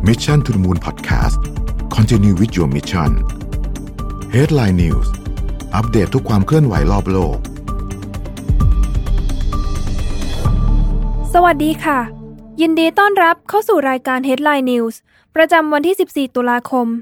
Mission to the Moon Podcast Continue with your mission Headline News อัปเดตทุกความเคลื่อนไหวรอบโลกสวัสดีค่ะยินดีต้อนรับเข้าสู่รายการ Headline News ประจำวันที่14ตุลาคม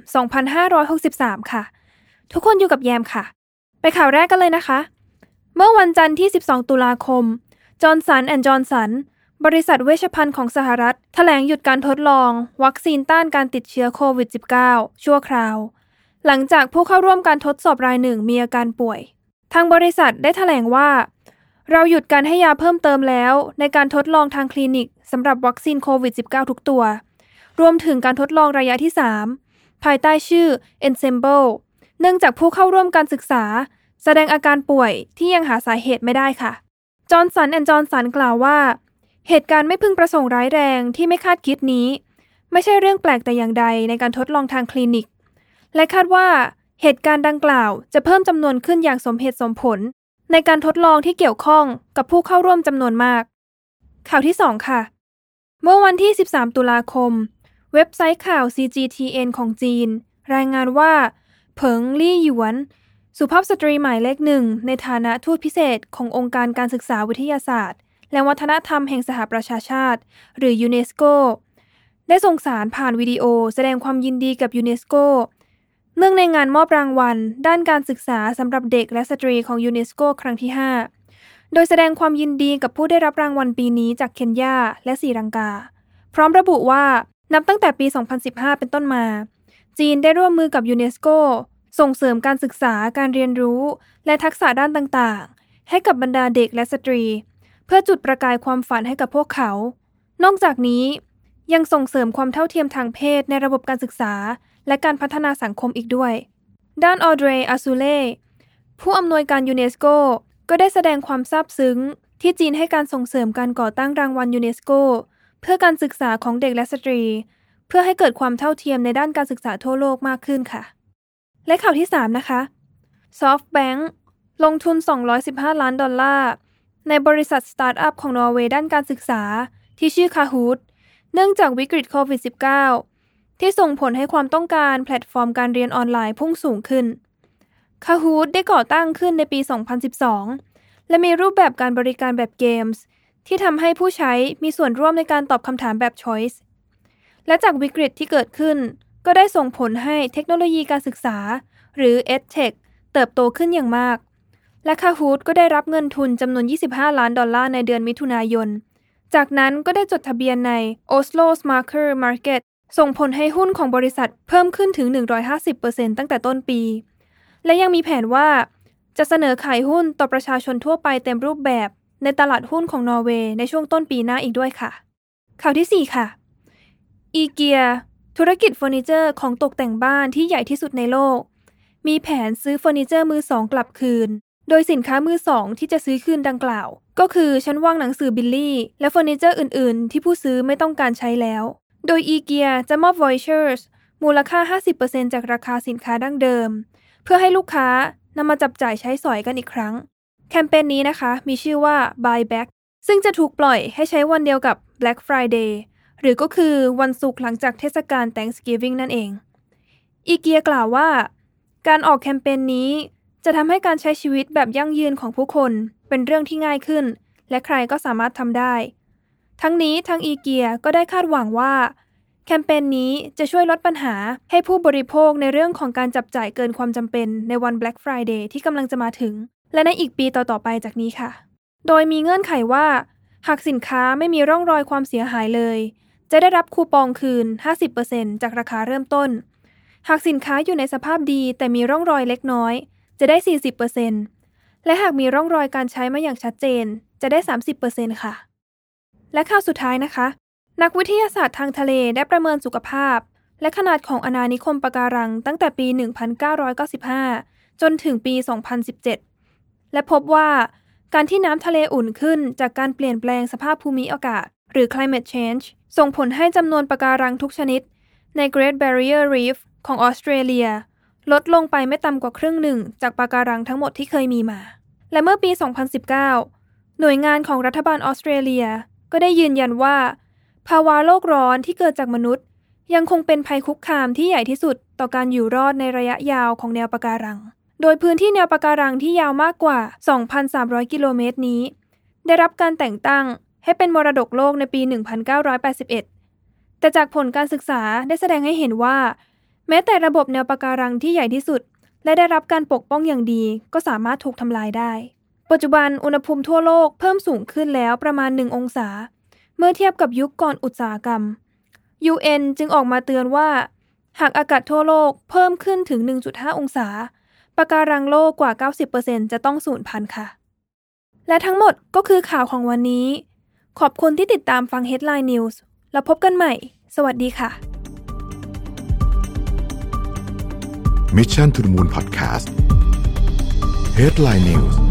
2563ค่ะทุกคนอยู่กับแยมค่ะไปข่าวแรกกันเลยนะคะเมื่อวันจันทร์ที่12ตุลาคม Johnson & Johnson บริษัทเวชภัณฑ์ของสหรัฐแถลงหยุดการทดลองวัคซีนต้านการติดเชื้อโควิด -19 ชั่วคราวหลังจากผู้เข้าร่วมการทดสอบรายหนึ่งมีอาการป่วยทางบริษัทได้แถลงว่าเราหยุดการให้ยาเพิ่มเติมแล้วในการทดลองทางคลินิกสำหรับวัคซีนโควิด -19 ทุกตัวรวมถึงการทดลองระยะที่3ภายใต้ชื่อ Ensemble เนื่องจากผู้เข้าร่วมการศึกษาแสดงอาการป่วยที่ยังหาสาเหตุไม่ได้ค่ะ Johnson & Johnson กล่าวว่าเหตุการณ์ไม่พึงประสงค์ร้ายแรงที่ไม่คาดคิดนี้ไม่ใช่เรื่องแปลกแต่อย่างใดในการทดลองทางคลินิกและคาดว่าเหตุการณ์ดังกล่าวจะเพิ่มจำนวนขึ้นอย่างสมเหตุสมผลในการทดลองที่เกี่ยวข้องกับผู้เข้าร่วมจำนวนมากข่าวที่2ค่ะเมื่อวันที่13ตุลาคมเว็บไซต์ข่าว CGTN ของจีนรายงานว่าเผิงลี่หยวนสุภาพสตรีหมายเลขหนึ่งในฐานะทูตพิเศษขององค์การการศึกษาวิทยาศาสตร์และวัฒนธรรมแห่งสหประชาชาติหรือยูเนสโกได้ส่งสารผ่านวิดีโอแสดงความยินดีกับยูเนสโกเนื่องในงานมอบรางวัลด้านการศึกษาสำหรับเด็กและสตรีของยูเนสโกครั้งที่5โดยแสดงความยินดีกับผู้ได้รับรางวัลปีนี้จากเคนยาและศรีลังกาพร้อมระบุว่านับตั้งแต่ปี 2015 เป็นต้นมาจีนได้ร่วมมือกับยูเนสโกส่งเสริมการศึกษาการเรียนรู้และทักษะด้านต่างๆให้กับบรรดาเด็กและสตรีเพื่อจุดประกายความฝันให้กับพวกเขานอกจากนี้ยังส่งเสริมความเท่าเทียมทางเพศในระบบการศึกษาและการพัฒนาสังคมอีกด้วยด้านออเดรอาซูเล่ผู้อำนวยการยูเนสโกก็ได้แสดงความซาบซึ้งที่จีนให้การส่งเสริมการก่อตั้งรางวัลยูเนสโกเพื่อการศึกษาของเด็กและสตรีเพื่อให้เกิดความเท่าเทียมในด้านการศึกษาทั่วโลกมากขึ้นค่ะและข่าวที่3นะคะ SoftBank ลงทุน$215 ล้านในบริษัทสตาร์ทอัพของนอร์เวย์ด้านการศึกษาที่ชื่อ Kahoot เนื่องจากวิกฤตโควิด -19 ที่ส่งผลให้ความต้องการแพลตฟอร์มการเรียนออนไลน์พุ่งสูงขึ้น Kahoot ได้ก่อตั้งขึ้นในปี 2012 และมีรูปแบบการบริการแบบเกมส์ที่ทำให้ผู้ใช้มีส่วนร่วมในการตอบคำถามแบบ Choice และจากวิกฤตที่เกิดขึ้นก็ได้ส่งผลให้เทคโนโลยีการศึกษาหรือ EdTech เติบโตขึ้นอย่างมากและ Kahoot ก็ได้รับเงินทุนจำนวน$25 ล้านในเดือนมิถุนายนจากนั้นก็ได้จดทะเบียนใน Oslo Smarter Market ส่งผลให้หุ้นของบริษัทเพิ่มขึ้นถึง 150% ตั้งแต่ต้นปีและยังมีแผนว่าจะเสนอขายหุ้นต่อประชาชนทั่วไปเต็มรูปแบบในตลาดหุ้นของนอร์เวย์ในช่วงต้นปีหน้าอีกด้วยค่ะข่าวที่4ค่ะ IKEA ธุรกิจเฟอร์นิเจอร์ของตกแต่งบ้านที่ใหญ่ที่สุดในโลกมีแผนซื้อเฟอร์นิเจอร์มือสองกลับคืนโดยสินค้ามือสองที่จะซื้อคืนดังกล่าวก็คือชั้นวางหนังสือบิลลี่และเฟอร์นิเจอร์อื่นๆที่ผู้ซื้อไม่ต้องการใช้แล้วโดย IKEA จะมอบ vouchers มูลค่า 50% จากราคาสินค้าดั้งเดิมเพื่อให้ลูกค้านำมาจับจ่ายใช้สอยกันอีกครั้งแคมเปญนี้นะคะมีชื่อว่า Buy Back ซึ่งจะถูกปล่อยให้ใช้วันเดียวกับ Black Friday หรือก็คือวันศุกร์หลังจากเทศกาล Thanksgiving นั่นเอง IKEA กล่าวว่าการออกแคมเปญนี้จะทำให้การใช้ชีวิตแบบยั่งยืนของผู้คนเป็นเรื่องที่ง่ายขึ้นและใครก็สามารถทำได้ทั้งนี้ทาง IKEA ก็ได้คาดหวังว่าแคมเปญนี้จะช่วยลดปัญหาให้ผู้บริโภคในเรื่องของการจับจ่ายเกินความจำเป็นในวัน Black Friday ที่กำลังจะมาถึงและในอีกปีต่อๆไปจากนี้ค่ะโดยมีเงื่อนไขว่าหากสินค้าไม่มีร่องรอยความเสียหายเลยจะได้รับคูปองคืน 50% จากราคาเริ่มต้นหากสินค้าอยู่ในสภาพดีแต่มีร่องรอยเล็กน้อยจะได้ 40% และหากมีร่องรอยการใช้มาอย่างชัดเจนจะได้ 30% ค่ะและข่าวสุดท้ายนะคะนักวิทยาศาสตร์ทางทะเลได้ประเมินสุขภาพและขนาดของอาณานิคมปะการังตั้งแต่ปี 1995 จนถึงปี 2017 และพบว่าการที่น้ำทะเลอุ่นขึ้นจากการเปลี่ยนแปลงสภาพภูมิอากาศหรือ climate change ส่งผลให้จำนวนปะการังทุกชนิดใน Great Barrier Reef ของออสเตรเลียลดลงไปไม่ต่ำกว่าครึ่งหนึ่งจากปะการังทั้งหมดที่เคยมีมาและเมื่อปี 2019 หน่วยงานของรัฐบาลออสเตรเลียก็ได้ยืนยันว่าภาวะโลกร้อนที่เกิดจากมนุษย์ยังคงเป็นภัยคุกคามที่ใหญ่ที่สุดต่อการอยู่รอดในระยะยาวของแนวปะการังโดยพื้นที่แนวปะการังที่ยาวมากกว่า 2,300 กิโลเมตรนี้ได้รับการแต่งตั้งให้เป็นมรดกโลกในปี 1981 แต่จากผลการศึกษาได้แสดงให้เห็นว่าแม้แต่ระบบแนวปะการังที่ใหญ่ที่สุดและได้รับการปกป้องอย่างดีก็สามารถถูกทำลายได้ปัจจุบันอุณหภูมิทั่วโลกเพิ่มสูงขึ้นแล้วประมาณ 1 องศาเมื่อเทียบกับยุคก่อนอุตสาหกรรม UN จึงออกมาเตือนว่าหากอากาศทั่วโลกเพิ่มขึ้นถึง 1.5 องศาปะการังโลกกว่า 90% จะต้องสูญพันธุ์ค่ะและทั้งหมดก็คือข่าวของวันนี้ขอบคุณที่ติดตามฟัง Headline News แล้วพบกันใหม่สวัสดีค่ะ Mission to the Moon Podcast Headline News